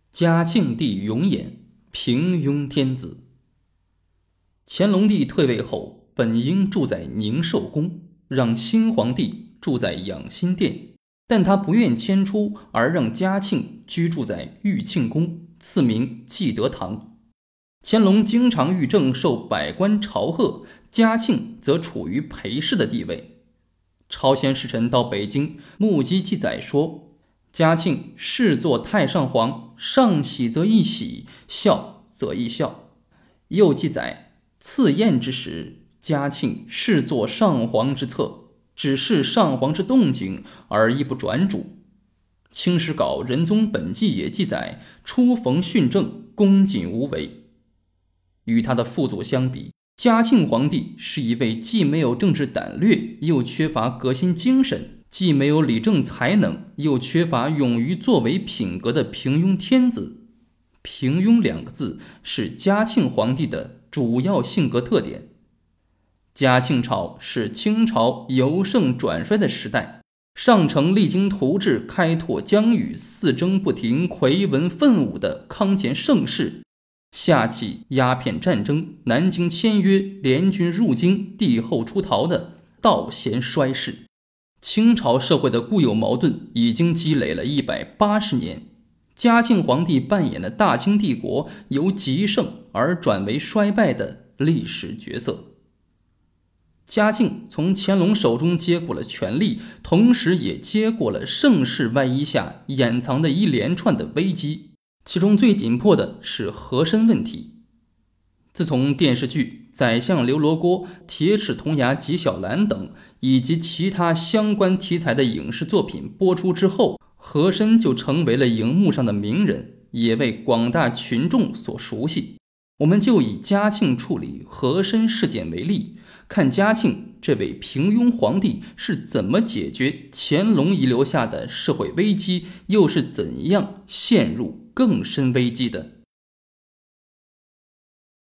嘉庆帝永琰，平庸天子。乾隆帝退位后，本应住在宁寿宫，让新皇帝住在养心殿，但他不愿迁出，而让嘉庆居住在裕庆宫，赐名继德堂。乾隆经常御政，受百官朝贺，嘉庆则处于陪侍的地位。朝鲜使臣到北京，目击记载说，嘉庆侍作太上皇，上喜则一喜，笑则一笑。又记载，赐宴之时，嘉庆侍作上皇之侧，只视上皇之动静，而亦不转主。清史稿《仁宗本纪》也记载，初逢训政，恭谨无为。与他的父祖相比，嘉庆皇帝是一位既没有政治胆略，又缺乏革新精神，既没有理政才能，又缺乏勇于作为品格的平庸天子。平庸两个字是嘉庆皇帝的主要性格特点。嘉庆朝是清朝由盛转衰的时代，上承励精图治，开拓疆域，四征不停，魁文奋武的康乾盛世，下起鸦片战争、南京签约、联军入京、帝后出逃的道贤衰世。清朝社会的固有矛盾已经积累了180年，嘉庆皇帝扮演了大清帝国由极盛而转为衰败的历史角色。嘉庆从乾隆手中接过了权力，同时也接过了盛世外衣下掩藏的一连串的危机，其中最紧迫的是和珅问题。自从电视剧《宰相刘罗锅》《铁齿铜牙纪晓岚》等以及其他相关题材的影视作品播出之后，和珅就成为了荧幕上的名人，也为广大群众所熟悉。我们就以嘉庆处理和珅事件为例，看嘉庆这位平庸皇帝是怎么解决乾隆遗留下的社会危机，又是怎样陷入更深危机的。